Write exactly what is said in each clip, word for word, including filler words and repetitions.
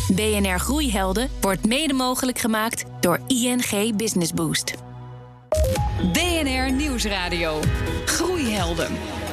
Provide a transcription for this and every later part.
B N R Groeihelden wordt mede mogelijk gemaakt door I N G Business Boost. B N R Nieuwsradio. Groeihelden.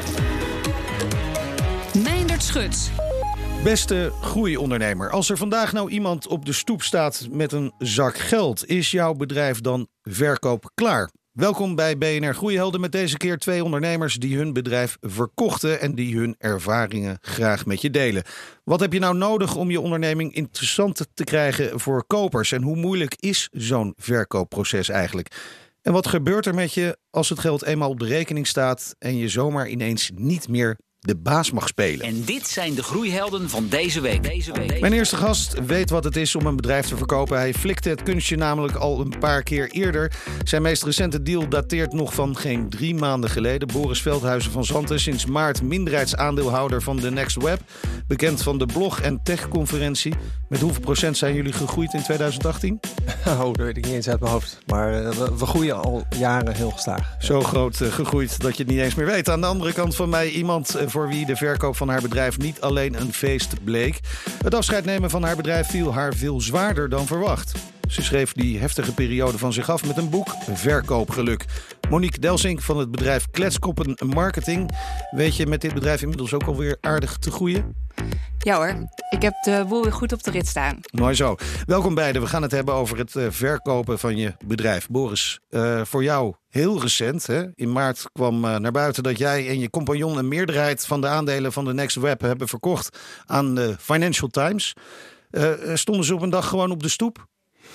Meindert Schut. Beste groeiondernemer, als er vandaag nou iemand op de stoep staat met een zak geld, is jouw bedrijf dan verkoop klaar? Welkom bij B N R Groeihelden met deze keer twee ondernemers die hun bedrijf verkochten en die hun ervaringen graag met je delen. Wat heb je nou nodig om je onderneming interessant te krijgen voor kopers? En hoe moeilijk is zo'n verkoopproces eigenlijk? En wat gebeurt er met je als het geld eenmaal op de rekening staat en je zomaar ineens niet meer de baas mag spelen? En dit zijn de groeihelden van deze week. Deze week. Mijn eerste gast weet wat het is om een bedrijf te verkopen. Hij flikte het kunstje namelijk al een paar keer eerder. Zijn meest recente deal dateert nog van geen drie maanden geleden. Boris Veldhuizen van Zanten, sinds maart minderheidsaandeelhouder van The Next Web. Bekend van de blog- en techconferentie. Met hoeveel procent zijn jullie gegroeid in twintig achttien? Oh, dat weet ik niet eens uit mijn hoofd. Maar uh, we, we groeien al jaren heel gestaag. Zo groot uh, gegroeid dat je het niet eens meer weet. Aan de andere kant van mij iemand uh, voor wie de verkoop van haar bedrijf niet alleen een feest bleek. Het afscheid nemen van haar bedrijf viel haar veel zwaarder dan verwacht. Ze schreef die heftige periode van zich af met een boek, Verkoopgeluk. Monique Delsink van het bedrijf Kletskoppen Marketing. Weet je met dit bedrijf inmiddels ook alweer aardig te groeien? Ja hoor, ik heb de boel weer goed op de rit staan. Mooi zo. Welkom beiden. We gaan het hebben over het uh, verkopen van je bedrijf. Boris, uh, voor jou heel recent. Hè? In maart kwam uh, naar buiten dat jij en je compagnon een meerderheid van de aandelen van de Next Web hebben verkocht aan de Financial Times. Uh, stonden ze op een dag gewoon op de stoep?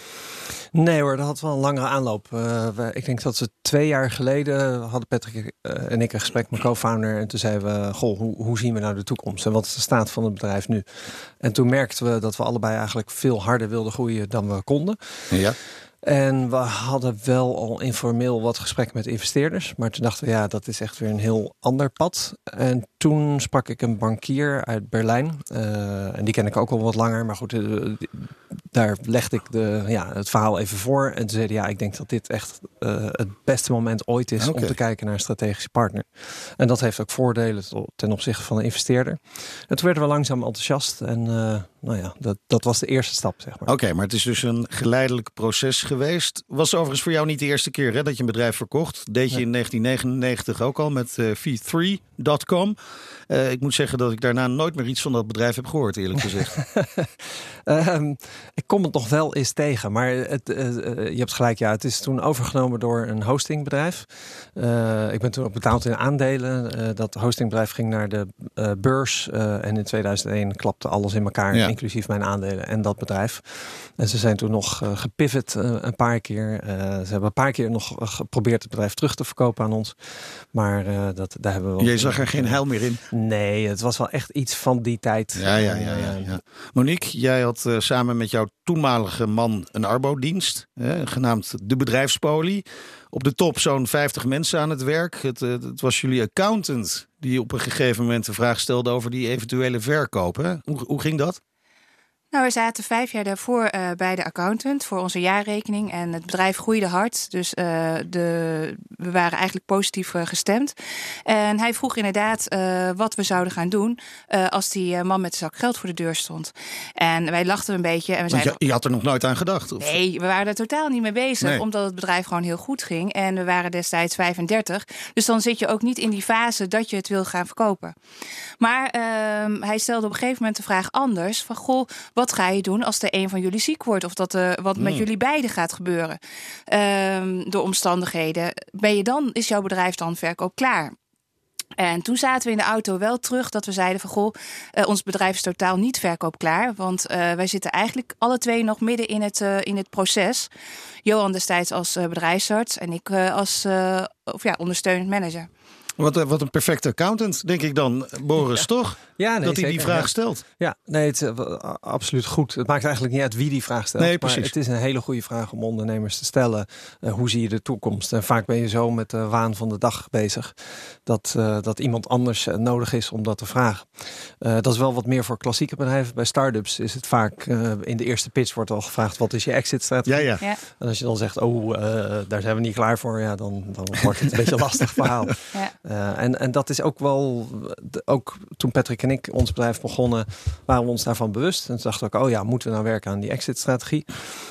Nee hoor, dat had wel een langere aanloop. Uh, we, ik denk dat ze twee jaar geleden hadden Patrick uh, en ik een gesprek met mijn co-founder. En toen zeiden we, goh, hoe, hoe zien we nou de toekomst? En wat is de staat van het bedrijf nu? En toen merkten we dat we allebei eigenlijk veel harder wilden groeien dan we konden. Ja. En we hadden wel al informeel wat gesprekken met investeerders. Maar toen dachten we, ja, dat is echt weer een heel ander pad. En toen sprak ik een bankier uit Berlijn. Uh, en die ken ik ook al wat langer. Maar goed, uh, daar legde ik de, ja, het verhaal even voor. En toen zei hij, ja, ik denk dat dit echt uh, het beste moment ooit is okay. om te kijken naar een strategische partner. En dat heeft ook voordelen ten opzichte van een investeerder. En toen werden we langzaam enthousiast. En uh, nou ja, dat, dat was de eerste stap, zeg maar. Oké, okay, maar het is dus een geleidelijk proces geweest. Was overigens voor jou niet de eerste keer hè, dat je een bedrijf verkocht. Deed je nee. in negentien negenennegentig ook al met uh, V drie punt com. Uh, ik moet zeggen dat ik daarna nooit meer iets van dat bedrijf heb gehoord, eerlijk gezegd. um, ik kom het nog wel eens tegen, maar het, uh, uh, je hebt gelijk, ja, het is toen overgenomen door een hostingbedrijf. Uh, ik ben toen ook betaald in aandelen. Uh, dat hostingbedrijf ging naar de uh, beurs uh, en in tweeduizend één klapte alles in elkaar, ja. inclusief mijn aandelen en dat bedrijf. En ze zijn toen nog uh, gepivot uh, een paar keer. Uh, ze hebben een paar keer nog geprobeerd het bedrijf terug te verkopen aan ons. Maar uh, dat, daar hebben we... Je zag er geen heil meer in? Nee, het was wel echt iets van die tijd. Ja, ja, ja. ja, ja. Monique, jij had uh, samen met jouw toenmalige man een arbodienst, hè, genaamd De Bedrijfspolie. Op de top zo'n vijftig mensen aan het werk. Het, uh, het was jullie accountant die op een gegeven moment de vraag stelde over die eventuele verkoop. Hè? Hoe, hoe ging dat? Nou, we zaten vijf jaar daarvoor uh, bij de accountant voor onze jaarrekening. En het bedrijf groeide hard. Dus uh, de, we waren eigenlijk positief uh, gestemd. En hij vroeg inderdaad uh, wat we zouden gaan doen uh, als die uh, man met de zak geld voor de deur stond. En wij lachten een beetje. En we zeiden, je, je had er nog nooit aan gedacht? Of? Nee, we waren er totaal niet mee bezig. Nee. Omdat het bedrijf gewoon heel goed ging. En we waren destijds vijfendertig. Dus dan zit je ook niet in die fase dat je het wil gaan verkopen. Maar uh, hij stelde op een gegeven moment de vraag anders. Van goh, wat ga je doen als er een van jullie ziek wordt? Of dat uh, wat met mm. jullie beiden gaat gebeuren? Um, door omstandigheden. Ben je dan, is jouw bedrijf dan verkoop klaar? En toen zaten we in de auto wel terug dat we zeiden van goh, uh, ons bedrijf is totaal niet verkoopklaar. Want uh, wij zitten eigenlijk alle twee nog midden in het, uh, in het proces. Johan destijds als uh, bedrijfsarts en ik uh, als uh, of ja, ondersteunend manager. Wat, wat een perfecte accountant, denk ik dan, Boris, ja. toch? Ja, nee, dat hij zeker, die vraag ja. stelt. Ja, nee, het is uh, absoluut goed. Het maakt eigenlijk niet uit wie die vraag stelt. Nee, maar het is een hele goede vraag om ondernemers te stellen. Uh, hoe zie je de toekomst? En vaak ben je zo met de waan van de dag bezig dat, uh, dat iemand anders uh, nodig is om dat te vragen. Uh, dat is wel wat meer voor klassieke bedrijven. Bij start-ups is het vaak uh, in de eerste pitch wordt al gevraagd wat is je exit-strategie? Ja, ja. Ja. En als je dan zegt, oh, uh, daar zijn we niet klaar voor, ja, dan, dan wordt het een beetje een lastig verhaal. Uh, en, en dat is ook wel, ook toen Patrick en ik ons bedrijf begonnen, waren we ons daarvan bewust. En toen dachten we ook, oh ja, moeten we nou werken aan die exit-strategie?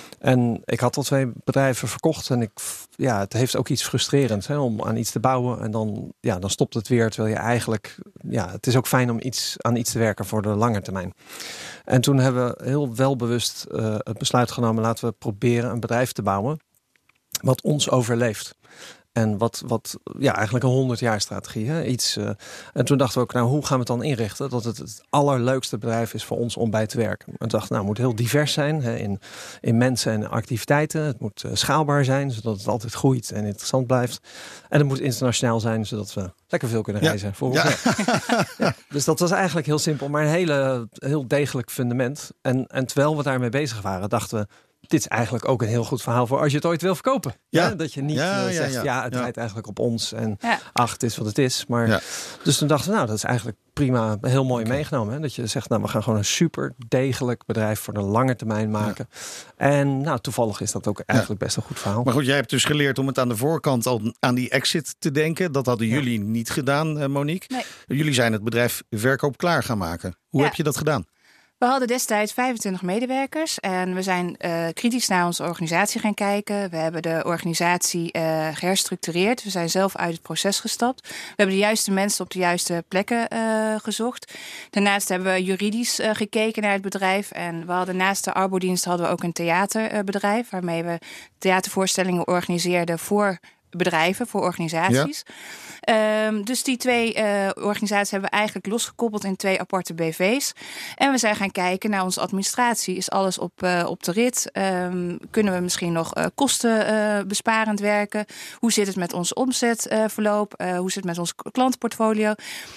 En ik had al twee bedrijven verkocht en ik, ja, het heeft ook iets frustrerends hè, om aan iets te bouwen. En dan, ja, dan stopt het weer, terwijl je eigenlijk, ja, het is ook fijn om iets, aan iets te werken voor de lange termijn. En toen hebben we heel welbewust uh, het besluit genomen, laten we proberen een bedrijf te bouwen wat ons overleeft. En wat, wat ja, eigenlijk een honderd jaar strategie. Hè? Iets, uh, en toen dachten we ook, nou, hoe gaan we het dan inrichten? Dat het het allerleukste bedrijf is voor ons om bij te werken. En toen dachten we, nou, het moet heel divers zijn hè, in, in mensen en activiteiten. Het moet uh, schaalbaar zijn, zodat het altijd groeit en interessant blijft. En het moet internationaal zijn, zodat we lekker veel kunnen reizen. Ja. Voor ja. ja. Dus dat was eigenlijk heel simpel, maar een hele, heel degelijk fundament. En, en terwijl we daarmee bezig waren, dachten we, dit is eigenlijk ook een heel goed verhaal voor als je het ooit wil verkopen. Ja. Hè? Dat je niet ja, uh, zegt, ja, ja, ja het ja. draait eigenlijk op ons. En ja. ach, het is wat het is. Maar, ja. Dus toen dachten we, nou, dat is eigenlijk prima, heel mooi okay. meegenomen. Hè? Dat je zegt, nou, we gaan gewoon een super degelijk bedrijf voor de lange termijn maken. Ja. En nou, toevallig is dat ook eigenlijk ja. best een goed verhaal. Maar goed, jij hebt dus geleerd om het aan de voorkant al aan die exit te denken. Dat hadden jullie ja. niet gedaan, uh, Monique. Nee. Jullie zijn het bedrijf verkoop klaar gaan maken. Hoe ja. heb je dat gedaan? We hadden destijds vijfentwintig medewerkers en we zijn uh, kritisch naar onze organisatie gaan kijken. We hebben de organisatie uh, geherstructureerd. We zijn zelf uit het proces gestapt. We hebben de juiste mensen op de juiste plekken uh, gezocht. Daarnaast hebben we juridisch uh, gekeken naar het bedrijf. En we hadden naast de arbodienst hadden we ook een theaterbedrijf, waarmee we theatervoorstellingen organiseerden voor bedrijven, voor organisaties. Ja. Um, dus die twee uh, organisaties hebben we eigenlijk losgekoppeld in twee aparte B V's. En we zijn gaan kijken naar onze administratie. Is alles op, uh, op de rit? Um, kunnen we misschien nog uh, kostenbesparend uh, werken? Hoe zit het met ons omzetverloop? Uh, uh, hoe zit het met ons klantenportfolio?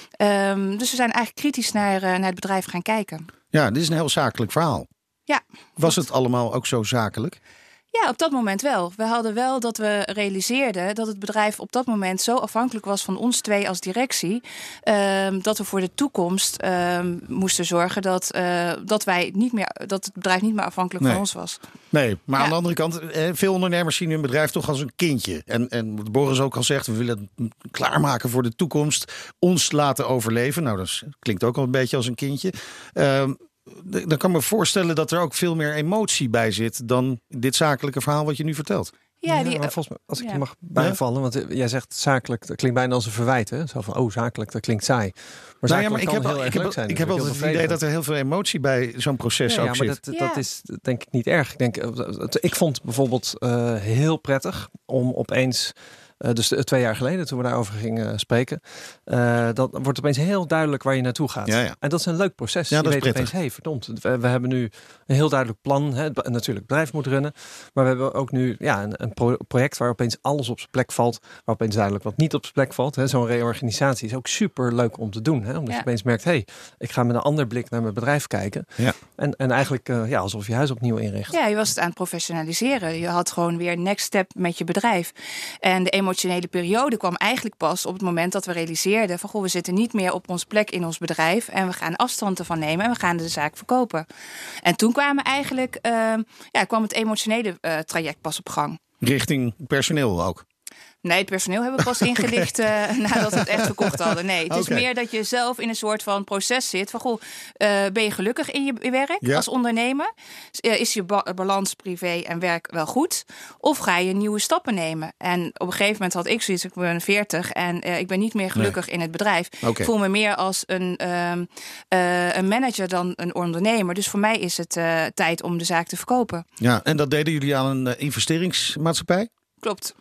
Um, dus we zijn eigenlijk kritisch naar, uh, naar het bedrijf gaan kijken. Ja, dit is een heel zakelijk verhaal. Ja. Was het allemaal ook zo zakelijk? Ja, op dat moment wel. We hadden wel dat we realiseerden dat het bedrijf op dat moment zo afhankelijk was van ons twee als directie. Um, dat we voor de toekomst um, moesten zorgen dat, uh, dat, wij niet meer, dat het bedrijf niet meer afhankelijk nee. van ons was. Nee, maar ja. aan de andere kant, veel ondernemers zien hun bedrijf toch als een kindje. En, en wat Boris ook al zegt, we willen het klaarmaken voor de toekomst. Ons laten overleven. Nou, dat klinkt ook al een beetje als een kindje. Um, Dan kan ik me voorstellen dat er ook veel meer emotie bij zit dan dit zakelijke verhaal wat je nu vertelt. Ja, die, ja, maar volgens mij, als ik ja. je mag bijvallen, want jij zegt zakelijk, dat klinkt bijna als een verwijt. Hè? Zo van, oh, zakelijk, dat klinkt saai. Maar nou ja, zakelijk maar ik kan heb, heel al, erg ik heb, leuk zijn. ik heb altijd het idee dat er heel veel emotie bij zo'n proces ja, ook ja, maar zit. Dat, ja. dat is denk ik niet erg. Ik, denk, ik vond bijvoorbeeld uh, heel prettig om opeens... Uh, dus uh, twee jaar geleden, toen we daarover gingen spreken, uh, dat wordt opeens heel duidelijk waar je naartoe gaat. Ja, ja. En dat is een leuk proces. Ja, je dat weet is prettig. opeens, hé, hey, verdomd, we, we hebben nu een heel duidelijk plan. Hè, natuurlijk, het bedrijf moet runnen. Maar we hebben ook nu ja, een, een pro- project waar opeens alles op zijn plek valt. Waar opeens duidelijk wat niet op zijn plek valt. Hè. Zo'n reorganisatie is ook super leuk om te doen. Hè, omdat ja. je opeens merkt, hé, hey, ik ga met een ander blik naar mijn bedrijf kijken. Ja. En, en eigenlijk uh, ja, alsof je huis opnieuw inricht. Ja, je was het aan het professionaliseren. Je had gewoon weer next step met je bedrijf. En de emotionele periode kwam eigenlijk pas op het moment dat we realiseerden van goh, we zitten niet meer op onze plek in ons bedrijf en we gaan afstand ervan nemen en we gaan de zaak verkopen. En toen kwamen eigenlijk, uh, ja, kwam het emotionele uh, traject pas op gang. Richting personeel ook? Nee, het personeel hebben we pas ingelicht okay. uh, nadat we het echt verkocht hadden. Nee, het is okay. meer dat je zelf in een soort van proces zit. Van goh, uh, ben je gelukkig in je werk ja. als ondernemer? Uh, is je ba- balans privé en werk wel goed? Of ga je nieuwe stappen nemen? En op een gegeven moment had ik zoiets, ik ben veertig en uh, ik ben niet meer gelukkig nee. in het bedrijf. Okay. Ik voel me meer als een, um, uh, een manager dan een ondernemer. Dus voor mij is het uh, tijd om de zaak te verkopen. Ja, en dat deden jullie aan een uh, investeringsmaatschappij? Klopt.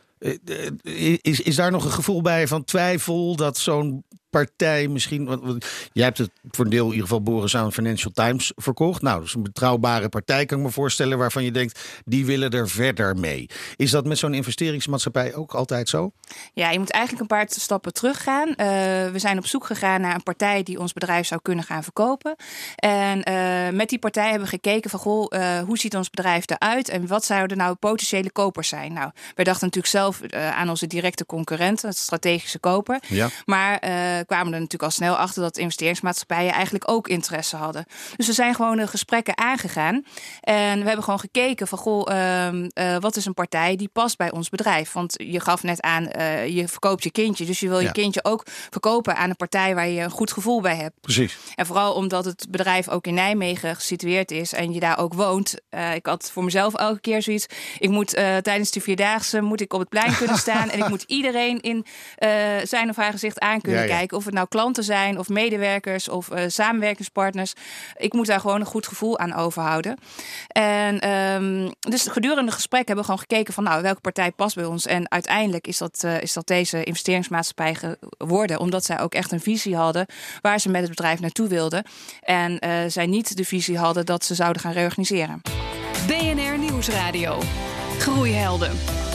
Is, is daar nog een gevoel bij van twijfel dat zo'n partij misschien... Want, want, jij hebt het voor een deel in ieder geval, Boris, aan Financial Times verkocht. Nou, dat is een betrouwbare partij, kan ik me voorstellen, waarvan je denkt, die willen er verder mee. Is dat met zo'n investeringsmaatschappij ook altijd zo? Ja, je moet eigenlijk een paar stappen teruggaan. Uh, we zijn op zoek gegaan naar een partij die ons bedrijf zou kunnen gaan verkopen. En uh, met die partij hebben we gekeken van, goh, uh, hoe ziet ons bedrijf eruit en wat zouden nou potentiële kopers zijn? Nou, wij dachten natuurlijk zelf uh, aan onze directe concurrent, het strategische koper. Ja. Maar uh, kwamen er natuurlijk al snel achter dat investeringsmaatschappijen eigenlijk ook interesse hadden. Dus we zijn gewoon de gesprekken aangegaan. En we hebben gewoon gekeken van, goh, uh, uh, wat is een partij die past bij ons bedrijf? Want je gaf net aan, uh, je verkoopt je kindje. Dus je wil je ja. kindje ook verkopen aan een partij waar je een goed gevoel bij hebt. Precies. En vooral omdat het bedrijf ook in Nijmegen gesitueerd is en je daar ook woont. Uh, ik had voor mezelf elke keer zoiets. Ik moet uh, tijdens de Vierdaagse moet ik op het plein kunnen staan en ik moet iedereen in uh, zijn of haar gezicht aan kunnen ja, ja. kijken. Of het nou klanten zijn of medewerkers of uh, samenwerkingspartners. Ik moet daar gewoon een goed gevoel aan overhouden. En um, dus gedurende het gesprek hebben we gewoon gekeken van nou welke partij past bij ons. En uiteindelijk is dat, uh, is dat deze investeringsmaatschappij geworden. Omdat zij ook echt een visie hadden waar ze met het bedrijf naartoe wilden. En uh, zij niet de visie hadden dat ze zouden gaan reorganiseren. B N R Nieuwsradio. Groeihelden.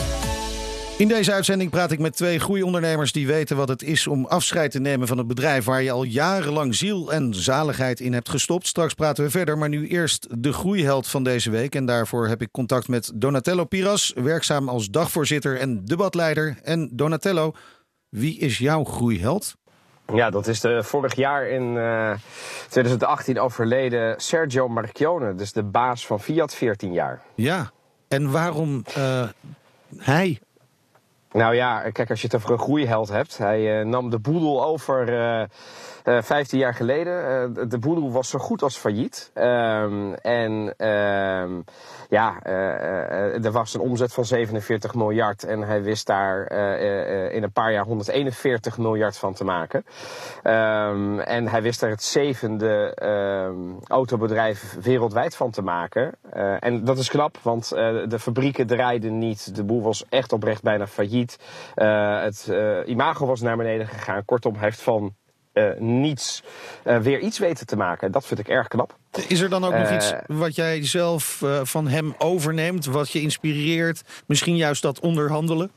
In deze uitzending praat ik met twee groeiondernemers die weten wat het is om afscheid te nemen van het bedrijf waar je al jarenlang ziel en zaligheid in hebt gestopt. Straks praten we verder, maar nu eerst de groeiheld van deze week. En daarvoor heb ik contact met Donatello Piras, werkzaam als dagvoorzitter en debatleider. En Donatello, wie is jouw groeiheld? Ja, dat is de vorig jaar in uh, twintig achttien overleden Sergio Marchionne, dus de baas van Fiat, veertien jaar. Ja, en waarom uh, hij? Nou ja, kijk, als je het over een groeiheld hebt. Hij uh, nam de boedel over uh, uh, vijftien jaar geleden. Uh, de boedel was zo goed als failliet. Um, en uh, ja, uh, uh, er was een omzet van zevenenveertig miljard. En hij wist daar uh, uh, in een paar jaar honderdeenenveertig miljard van te maken. Um, en hij wist er het zevende uh, autobedrijf wereldwijd van te maken. Uh, en dat is knap, want uh, de fabrieken draaiden niet. De boel was echt oprecht bijna failliet. Uh, het uh, imago was naar beneden gegaan. Kortom, hij heeft van uh, niets uh, weer iets weten te maken. Dat vind ik erg knap. Is er dan ook uh, nog iets wat jij zelf uh, van hem overneemt? Wat je inspireert? Misschien juist dat onderhandelen?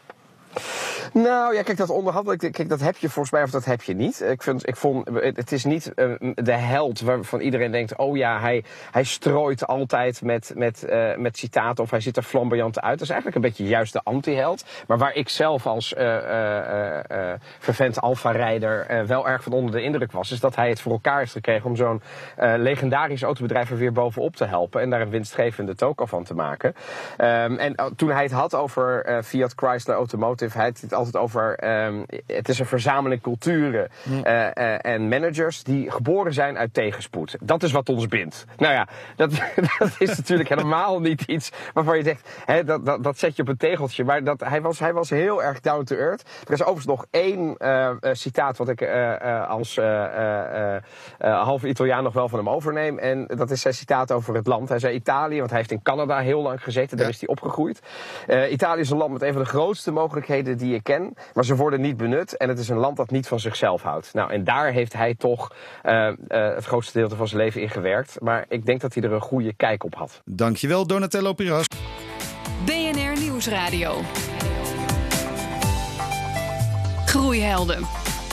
Nou ja, kijk, dat onderhandelen, kijk, dat heb je volgens mij of dat heb je niet. Ik, vind, ik vond, het is niet uh, de held waarvan iedereen denkt, oh ja, hij, hij strooit altijd met, met, uh, met citaten of hij ziet er flamboyant uit. Dat is eigenlijk een beetje juist de anti-held. Maar waar ik zelf als uh, uh, uh, vervent Alfa-rijder uh, wel erg van onder de indruk was, is dat hij het voor elkaar heeft gekregen om zo'n uh, legendarisch autobedrijf er weer bovenop te helpen en daar een winstgevende toko van te maken. Um, en uh, toen hij het had over uh, Fiat Chrysler Automotive, hij had het altijd over, um, het is een verzameling culturen uh, uh, en managers die geboren zijn uit tegenspoed. Dat is wat ons bindt. Nou ja, dat, dat is natuurlijk helemaal niet iets waarvan je zegt, hè, dat, dat, dat zet je op een tegeltje. Maar dat, hij, was, hij was heel erg down to earth. Er is overigens nog één uh, uh, citaat wat ik uh, uh, als uh, uh, uh, halve Italiaan nog wel van hem overneem. En dat is zijn citaat over het land. Hij zei Italië, want hij heeft in Canada heel lang gezeten. Daar ja. is hij opgegroeid. Uh, Italië is een land met een van de grootste mogelijkheden die ik ken. Maar ze worden niet benut en het is een land dat niet van zichzelf houdt. Nou, en daar heeft hij toch uh, uh, het grootste deel van zijn leven in gewerkt. Maar ik denk dat hij er een goede kijk op had. Dankjewel, Donatello Piras. B N R Nieuwsradio. Groeihelden.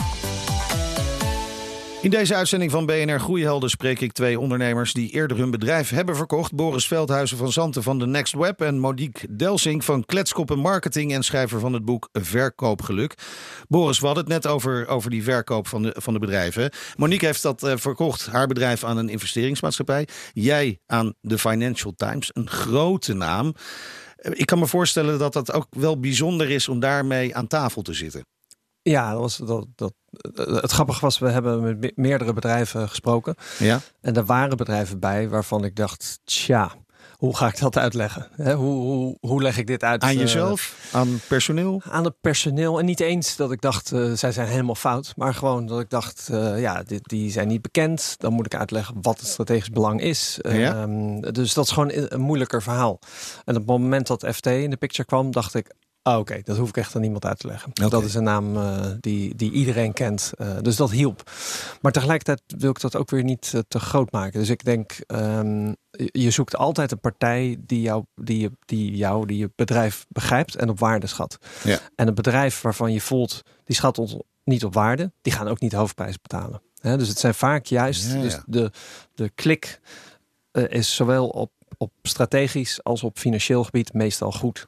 In deze uitzending van B N R Groeihelden spreek ik twee ondernemers die eerder hun bedrijf hebben verkocht. Boris Veldhuizen van Zanten van de Next Web en Monique Delsing van Kletskoppen Marketing en schrijver van het boek Verkoopgeluk. Boris, we hadden het net over, over die verkoop van de, van de bedrijven. Monique heeft dat uh, verkocht, haar bedrijf aan een investeringsmaatschappij. Jij aan de Financial Times, een grote naam. Ik kan me voorstellen dat dat ook wel bijzonder is om daarmee aan tafel te zitten. Ja, dat was, dat, dat, het grappige was, we hebben met meerdere bedrijven gesproken. Ja. En er waren bedrijven bij waarvan ik dacht, tja, hoe ga ik dat uitleggen? He, hoe, hoe, hoe leg ik dit uit? Aan jezelf? Uh, aan personeel? Aan het personeel. En niet eens dat ik dacht, uh, zij zijn helemaal fout. Maar gewoon dat ik dacht, uh, ja, dit, die zijn niet bekend. Dan moet ik uitleggen wat het strategisch belang is. Ja. Um, dus dat is gewoon een moeilijker verhaal. En op het moment dat F T in de picture kwam, dacht ik, oh, oké, okay, dat hoef ik echt aan niemand uit te leggen. Okay. Dat is een naam uh, die, die iedereen kent. Uh, dus dat hielp. Maar tegelijkertijd wil ik dat ook weer niet uh, te groot maken. Dus ik denk, um, je zoekt altijd een partij die jou, die, je, die jou, die je bedrijf begrijpt en op waarde schat. Ja. En een bedrijf waarvan je voelt, die schat ons niet op waarde, die gaan ook niet de hoofdprijs betalen. He, dus het zijn vaak juist, ja, ja. Dus de, de klik uh, is zowel op, op strategisch als op financieel gebied meestal goed.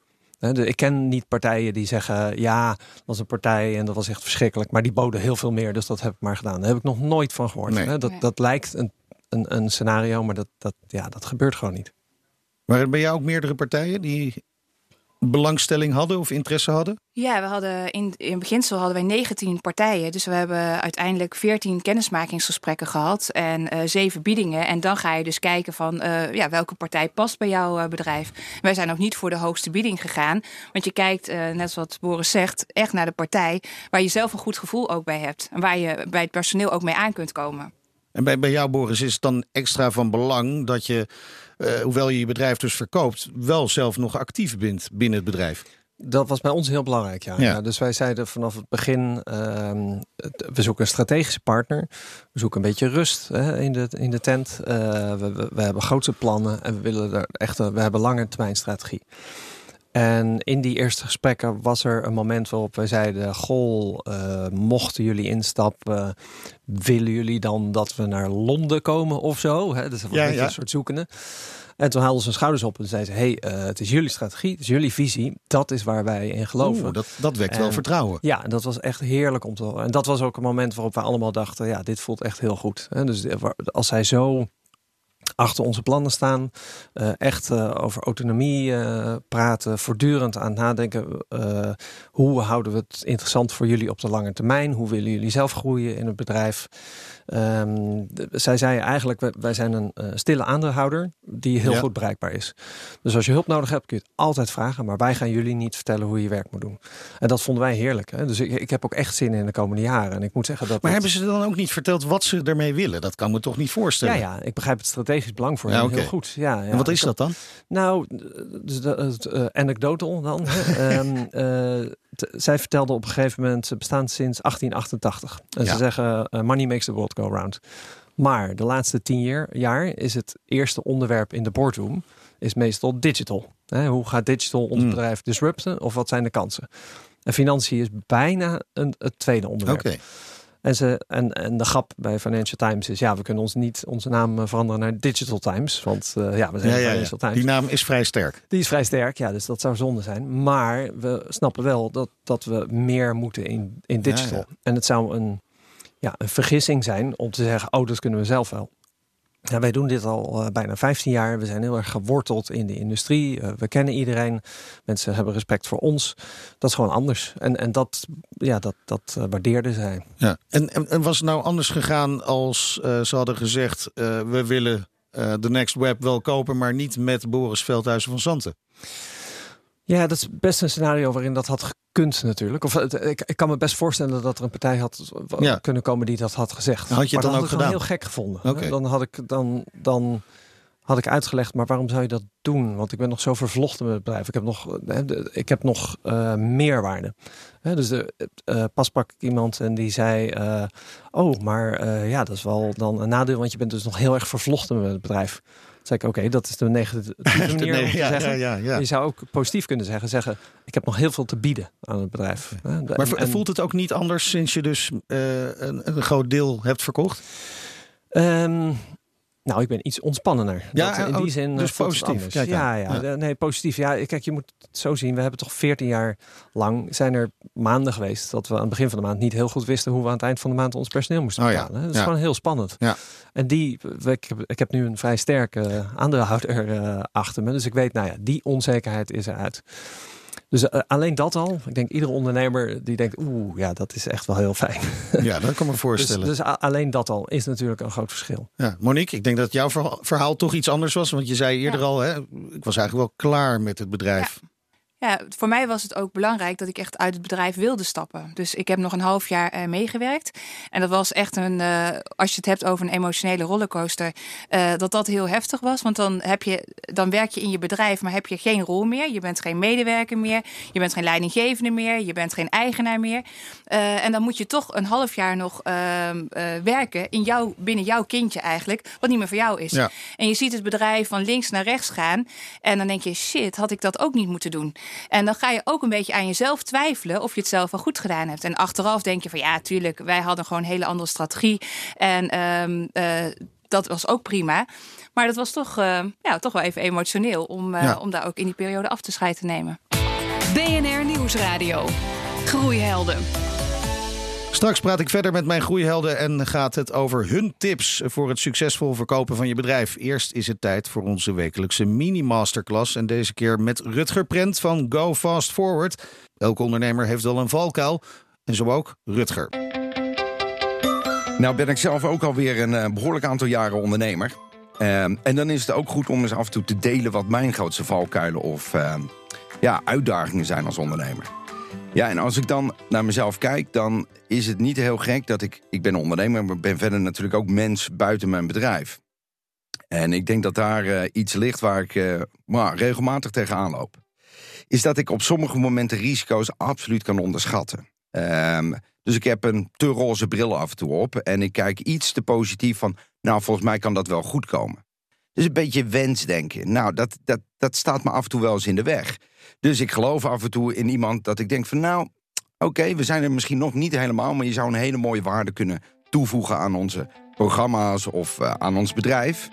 Ik ken niet partijen die zeggen, ja, dat was een partij en dat was echt verschrikkelijk. Maar die boden heel veel meer, dus dat heb ik maar gedaan. Daar heb ik nog nooit van gehoord. Nee. Dat, Nee. dat lijkt een, een, een scenario, maar dat, dat, ja, dat gebeurt gewoon niet. Waren er bij jou ook meerdere partijen die belangstelling hadden of interesse hadden? Ja, we hadden in, in beginsel hadden wij negentien partijen. Dus we hebben uiteindelijk veertien kennismakingsgesprekken gehad en uh, zeven biedingen. En dan ga je dus kijken van uh, ja, welke partij past bij jouw uh, bedrijf. Wij zijn ook niet voor de hoogste bieding gegaan. Want je kijkt, uh, net zoals Boris zegt, echt naar de partij waar je zelf een goed gevoel ook bij hebt. En waar je bij het personeel ook mee aan kunt komen. En bij, bij jou, Boris, is het dan extra van belang dat je, uh, hoewel je je bedrijf dus verkoopt, wel zelf nog actief bent binnen het bedrijf? Dat was bij ons heel belangrijk, ja. Ja. Ja, dus wij zeiden vanaf het begin, uh, we zoeken een strategische partner. We zoeken een beetje rust hè, in, de, in de tent. Uh, we, we, we hebben grootse plannen en we willen er echt, we hebben lange termijn strategie. En in die eerste gesprekken was er een moment waarop wij zeiden, goh, uh, mochten jullie instappen, willen jullie dan dat we naar Londen komen of zo? Hè? Dus dat was Ja, een beetje ja. een soort zoekende. En toen haalden ze hun schouders op en zeiden ze, hey, uh, het is jullie strategie, het is jullie visie. Dat is waar wij in geloven. Oeh, dat, dat wekt En- wel vertrouwen. Ja, en dat was echt heerlijk om te horen. En dat was ook een moment waarop wij allemaal dachten, ja, dit voelt echt heel goed. Hè? Dus als zij zo achter onze plannen staan, uh, echt uh, over autonomie uh, praten, voortdurend aan nadenken. Uh, hoe houden we het interessant voor jullie op de lange termijn? Hoe willen jullie zelf groeien in het bedrijf? Um, de, zij zei eigenlijk, wij, wij zijn een uh, stille aandeelhouder die heel Ja. goed bereikbaar is. Dus als je hulp nodig hebt, kun je het altijd vragen, maar wij gaan jullie niet vertellen hoe je werk moet doen. En dat vonden wij heerlijk. Hè? Dus ik, ik heb ook echt zin in de komende jaren. En ik moet zeggen dat Maar dat- hebben ze dan ook niet verteld wat ze ermee willen? Dat kan me toch niet voorstellen? ja, ja, ik begrijp het strategisch belang voor Ja, hen oké. heel goed. Ja, ja. En wat is dat dan? Nou, dus de, het, uh, anecdotal dan. hè. um, uh, t- zij vertelde op een gegeven moment, ze bestaan sinds achttien achtentachtig. En Ja. ze zeggen, uh, money makes the world go round. Maar de laatste tien jaar, jaar is het eerste onderwerp in de boardroom is meestal digital. Hè, hoe gaat digital ons Mm. bedrijf disrupten of wat zijn de kansen? En financiën is bijna een, het tweede onderwerp. Oké. En, ze, en, en de grap bij Financial Times is, ja, we kunnen ons niet onze naam uh, veranderen naar Digital Times. Want uh, ja, we zijn Ja, ja, Financial ja. Times. Die naam is vrij sterk. Die is vrij sterk, ja, dus dat zou zonde zijn. Maar we snappen wel dat, dat we meer moeten in, in digital. Ja, ja. En het zou een, ja, een vergissing zijn om te zeggen, oh, dat kunnen we zelf wel. Ja, wij doen dit al uh, bijna vijftien jaar. We zijn heel erg geworteld in de industrie. Uh, we kennen iedereen. Mensen hebben respect voor ons. Dat is gewoon anders. En, en dat, ja, dat, dat uh, waardeerden zij. Ja. En, en, en was het nou anders gegaan als uh, ze hadden gezegd, uh, we willen uh, de Next Web wel kopen, maar niet met Boris Veldhuizen van Zanten? Ja, dat is best een scenario waarin dat had gekund natuurlijk. Of het, ik, ik kan me best voorstellen dat er een partij had w- Ja. kunnen komen die dat had gezegd. Had je het maar dan dat ook had ik gedaan? heel gek gevonden. Oké. Dan had ik dan, dan had ik uitgelegd, maar waarom zou je dat doen? Want ik ben nog zo vervlochten met het bedrijf. Ik heb nog, hè, de- ik heb nog uh, meerwaarde. Hè, dus de, uh, pas sprak ik iemand en die zei, uh, oh, maar uh, ja, dat is wel dan een nadeel, want je bent dus nog heel erg vervlochten met het bedrijf. Toen zei ik, oké, okay, dat is de negatieve manier om te ja, zeggen. ja, ja, ja. Je zou ook positief kunnen zeggen, zeggen, ik heb nog heel veel te bieden aan het bedrijf. Hè? Maar En- vo- en- voelt het ook niet anders sinds je dus uh, een, een groot deel hebt verkocht? Um, nou, ik ben iets ontspannender. Ja, dat, in oh, die zin dus uh, voelt het positief. anders. Kijk ja, aan. ja, Ja. nee, positief. Ja, kijk, je moet het zo zien. We hebben toch veertien jaar lang zijn er maanden geweest dat we aan het begin van de maand niet heel goed wisten hoe we aan het eind van de maand ons personeel moesten Oh ja, betalen. hè. Dat is ja. gewoon heel spannend. Ja. En die, ik heb, ik heb nu een vrij sterke aandeelhouder uh, achter me. Dus ik weet, nou ja, die onzekerheid is eruit. Dus uh, alleen dat al. Ik denk iedere ondernemer die denkt, oeh, ja, dat is echt wel heel fijn. Ja, dat kan ik me Dus, voorstellen. dus a- alleen dat al is natuurlijk een groot verschil. Ja, Monique, ik denk dat jouw verhaal, verhaal toch iets anders was. Want je zei eerder Ja. al, hè, ik was eigenlijk wel klaar met het bedrijf. Ja, voor mij was het ook belangrijk dat ik echt uit het bedrijf wilde stappen. Dus ik heb nog een half jaar uh, meegewerkt. En dat was echt een, uh, als je het hebt over een emotionele rollercoaster, uh, dat dat heel heftig was. Want dan, heb je, dan werk je in je bedrijf, maar heb je geen rol meer. Je bent geen medewerker meer. Je bent geen leidinggevende meer. Je bent geen eigenaar meer. Uh, en dan moet je toch een half jaar nog uh, uh, werken in jou, binnen jouw kindje eigenlijk, wat niet meer voor jou is. Ja. En je ziet het bedrijf van links naar rechts gaan. En dan denk je, shit, had ik dat ook niet moeten doen? En dan ga je ook een beetje aan jezelf twijfelen of je het zelf wel goed gedaan hebt. En achteraf denk je van ja, tuurlijk, wij hadden gewoon een hele andere strategie. En um, uh, dat was ook prima. Maar dat was toch, uh, ja, toch wel even emotioneel om, uh, Ja. om daar ook in die periode af te scheid te nemen. B N R Nieuwsradio. Groeihelden. Straks praat ik verder met mijn groeihelden en gaat het over hun tips voor het succesvol verkopen van je bedrijf. Eerst is het tijd voor onze wekelijkse mini-masterclass en deze keer met Rutger Prent van Go Fast Forward. Elke ondernemer heeft wel een valkuil en zo ook Rutger. Nou ben ik zelf ook alweer een uh, behoorlijk aantal jaren ondernemer. Uh, en dan is het ook goed om eens af en toe te delen wat mijn grootste valkuilen of uh, ja, uitdagingen zijn als ondernemer. Ja, en als ik dan naar mezelf kijk, dan is het niet heel gek dat ik... Ik ben ondernemer, maar ben verder natuurlijk ook mens buiten mijn bedrijf. En ik denk dat daar uh, iets ligt waar ik uh, nou, regelmatig tegenaan loop. Is dat ik op sommige momenten risico's absoluut kan onderschatten. Um, dus ik heb een te roze bril af en toe op. En ik kijk iets te positief van... nou, volgens mij kan dat wel goed komen. Dus een beetje wensdenken. Nou, dat, dat, dat staat me af en toe wel eens in de weg. Dus ik geloof af en toe in iemand dat ik denk van... nou, oké, okay, we zijn er misschien nog niet helemaal... maar je zou een hele mooie waarde kunnen toevoegen aan onze programma's... of uh, aan ons bedrijf.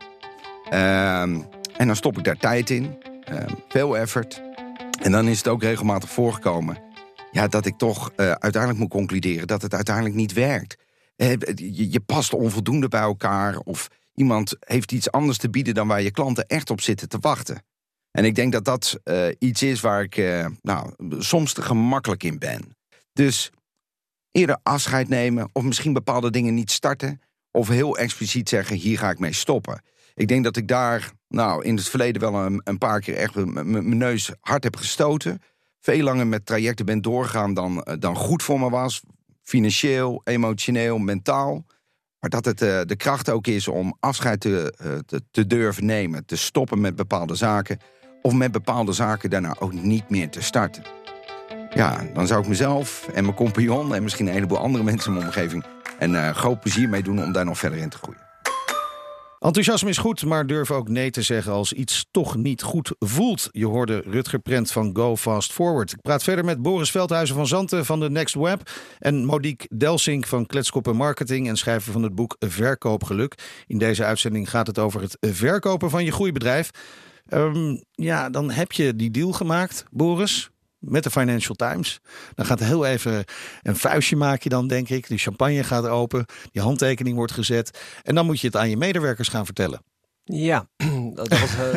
Um, en dan stop ik daar tijd in. Um, veel effort. En dan is het ook regelmatig voorgekomen... ja, dat ik toch uh, uiteindelijk moet concluderen dat het uiteindelijk niet werkt. Uh, je, je past onvoldoende bij elkaar... of iemand heeft iets anders te bieden dan waar je klanten echt op zitten te wachten. En ik denk dat dat uh, iets is waar ik uh, nou, soms te gemakkelijk in ben. Dus eerder afscheid nemen of misschien bepaalde dingen niet starten... of heel expliciet zeggen, hier ga ik mee stoppen. Ik denk dat ik daar nou, in het verleden wel een, een paar keer echt mijn neus hard heb gestoten... veel langer met trajecten ben doorgegaan dan, dan goed voor me was. Financieel, emotioneel, mentaal. Maar dat het uh, de kracht ook is om afscheid te, uh, te, te durven nemen. Te stoppen met bepaalde zaken. Of met bepaalde zaken daarna ook niet meer te starten. Ja, dan zou ik mezelf en mijn compagnon... en misschien een heleboel andere mensen in mijn omgeving... een uh, groot plezier mee doen om daar nog verder in te groeien. Enthousiasme is goed, maar durf ook nee te zeggen als iets toch niet goed voelt. Je hoorde Rutger Prent van Go Fast Forward. Ik praat verder met Boris Veldhuizen van Zanten van de Next Web... en Monique Delsink van Kletskop en Marketing... en schrijver van het boek Verkoopgeluk. In deze uitzending gaat het over het verkopen van je groeibedrijf. Um, ja, dan heb je die deal gemaakt, Boris... met de Financial Times. Dan gaat heel even een vuistje maak je dan, denk ik. De champagne gaat open, die handtekening wordt gezet. En dan moet je het aan je medewerkers gaan vertellen. Ja, dat was, uh,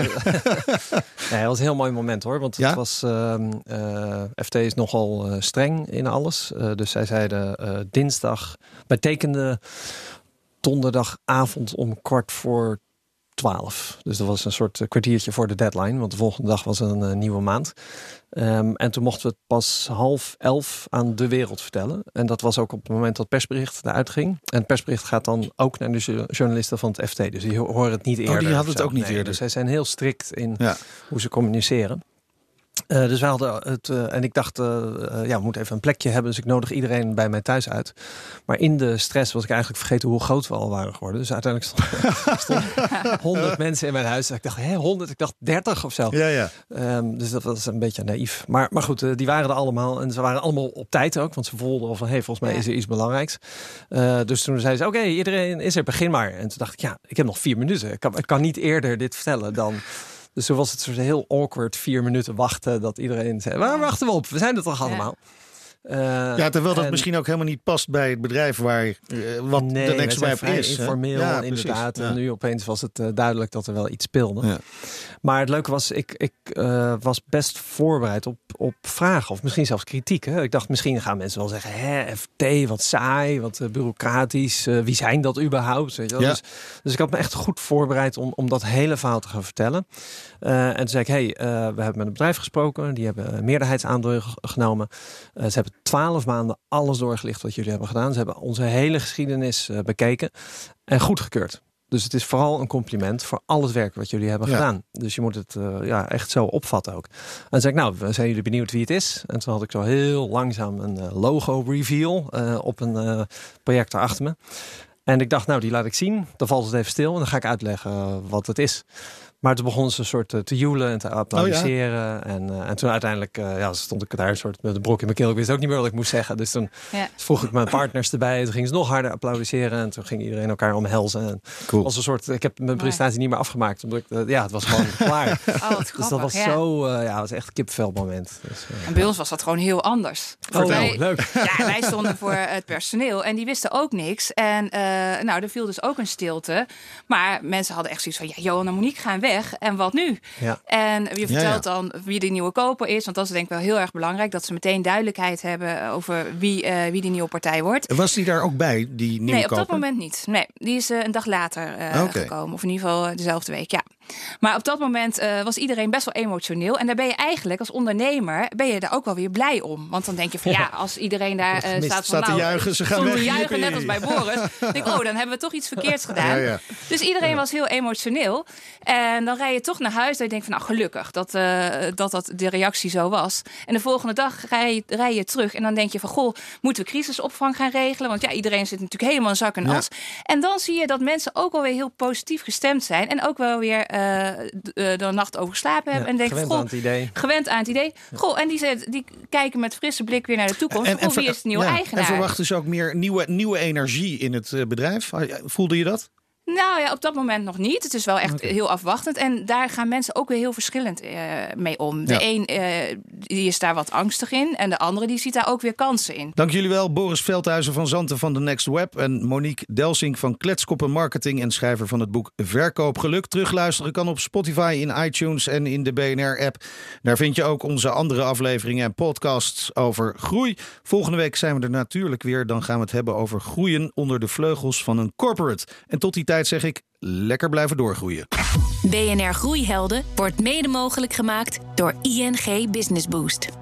nee, dat was een heel mooi moment hoor. Want het ja? was, uh, uh, F T is nogal uh, streng in alles. Uh, dus zij zeiden uh, dinsdag, wij tekenden donderdagavond om kwart voor twaalf. Dus dat was een soort kwartiertje voor de deadline. Want de volgende dag was een uh, nieuwe maand. Um, en toen mochten we het pas half elf aan de wereld vertellen. En dat was ook op het moment dat het persbericht eruit ging. En het persbericht gaat dan ook naar de journalisten van het F T. Dus die horen het niet eerder. Oh, die hadden het ook niet nee, eerder. Dus zij zijn heel strikt in ja. hoe ze communiceren. Uh, dus we hadden het, uh, en ik dacht, uh, uh, ja, we moeten even een plekje hebben. Dus ik nodig iedereen bij mij thuis uit. Maar in de stress was ik eigenlijk vergeten hoe groot we al waren geworden. Dus uiteindelijk stonden honderd mensen in mijn huis. Ik dacht, hé, honderd? Ik dacht dertig of zo. Ja, ja. Um, dus dat was een beetje naïef. Maar, maar goed, uh, die waren er allemaal. En ze waren allemaal op tijd ook. Want ze voelden al van, hé, hey, volgens mij is er iets belangrijks. Uh, dus toen zeiden ze, oké, okay, iedereen is er, begin maar. En toen dacht ik, ja, ik heb nog vier minuten. Ik kan, ik kan niet eerder dit vertellen dan... Dus toen was het soort heel awkward vier minuten wachten dat iedereen zei, waar wachten we op? We zijn er toch allemaal? Ja. Uh, ja, terwijl dat en, misschien ook helemaal niet past bij het bedrijf waar uh, wat nee, de Next Web is. Informeel, ja, inderdaad. Ja. En nu opeens was het uh, duidelijk dat er wel iets speelde. Ja. Maar het leuke was, ik, ik uh, was best voorbereid op, op vragen. Of misschien zelfs kritiek. Hè? Ik dacht, misschien gaan mensen wel zeggen, hè, F T, wat saai, wat uh, bureaucratisch. Uh, wie zijn dat überhaupt? Weet je wel? Ja. Dus, dus ik had me echt goed voorbereid om, om dat hele verhaal te gaan vertellen. Uh, en toen zei ik, hey, uh, we hebben met een bedrijf gesproken. Die hebben een meerderheidsaandeel genomen. Uh, ze hebben twaalf maanden alles doorgelicht wat jullie hebben gedaan. Ze hebben onze hele geschiedenis uh, bekeken en goedgekeurd. Dus het is vooral een compliment voor al het werk wat jullie hebben ja. gedaan. Dus je moet het uh, ja, echt zo opvatten ook. En toen zei ik, nou, zijn jullie benieuwd wie het is? En toen had ik zo heel langzaam een uh, logo reveal uh, op een uh, projector achter me. En ik dacht, nou, die laat ik zien. Dan valt het even stil en dan ga ik uitleggen uh, wat het is. Maar toen begonnen ze een soort uh, te joelen en te applaudisseren. Oh, ja. en, uh, en toen uiteindelijk uh, ja, stond ik daar een soort met een brok in mijn keel. Ik wist ook niet meer wat ik moest zeggen. Dus toen ja. vroeg ik mijn partners erbij. Toen gingen ze nog harder applaudisseren. En toen ging iedereen elkaar omhelzen. En cool. Als een soort, ik heb mijn presentatie niet meer afgemaakt. Omdat ik, uh, ja, het was gewoon klaar. Oh, wat dus dat was ja. zo, uh, ja, het was echt een kipvel moment. Dus, uh, en bij ons was dat gewoon heel anders. Oh, wij, leuk. Ja, wij stonden voor het personeel en die wisten ook niks. En uh, nou, er viel dus ook een stilte. Maar mensen hadden echt zoiets van, ja, Johan en Monique gaan weg. En wat nu? Ja. En je vertelt ja, ja. dan wie de nieuwe koper is. Want dat is denk ik wel heel erg belangrijk. Dat ze meteen duidelijkheid hebben over wie, uh, wie die nieuwe partij wordt. Was die daar ook bij, die nieuwe koper? Nee, op dat moment niet. Nee, die is uh, een dag later uh, okay. gekomen. Of in ieder geval uh, dezelfde week, ja. Maar op dat moment uh, was iedereen best wel emotioneel. En daar ben je eigenlijk als ondernemer ben je daar ook wel weer blij om. Want dan denk je van ja, als iedereen daar uh, staat van staat nou, te juichen, ze gaan weg. te juichen, net als bij Boris. denk ik, oh, dan hebben we toch iets verkeerds gedaan. Ja, ja. Dus iedereen ja. was heel emotioneel. En dan rij je toch naar huis en je denkt van nou, gelukkig dat, uh, dat dat de reactie zo was. En de volgende dag rij, rij je terug en dan denk je van goh, moeten we crisisopvang gaan regelen? Want ja, iedereen zit natuurlijk helemaal in zak en as. Ja. En dan zie je dat mensen ook alweer heel positief gestemd zijn. En ook wel weer uh, de, de nacht over geslapen hebben. Ja, en denken, gewend goh, aan het idee. Gewend aan het idee. Goh, en die, zet, die kijken met frisse blik weer naar de toekomst. En, en goh, wie is de nieuwe ja, eigenaar? En verwachten ze ook meer nieuwe, nieuwe energie in het uh, bedrijf? Voelde je dat? Nou ja, op dat moment nog niet. Het is wel echt okay. heel afwachtend. En daar gaan mensen ook weer heel verschillend uh, mee om. De ja. een uh, die is daar wat angstig in. En de andere die ziet daar ook weer kansen in. Dank jullie wel. Boris Veldhuizen van Zanten van The Next Web. En Monique Delsing van Kletskoppen Marketing. En schrijver van het boek Verkoop Geluk. Terugluisteren kan op Spotify, in iTunes en in de B N R-app. Daar vind je ook onze andere afleveringen en podcasts over groei. Volgende week zijn we er natuurlijk weer. Dan gaan we het hebben over groeien onder de vleugels van een corporate. En tot die tijd zeg ik, lekker blijven doorgroeien. B N R Groeihelden wordt mede mogelijk gemaakt door I N G Business Boost.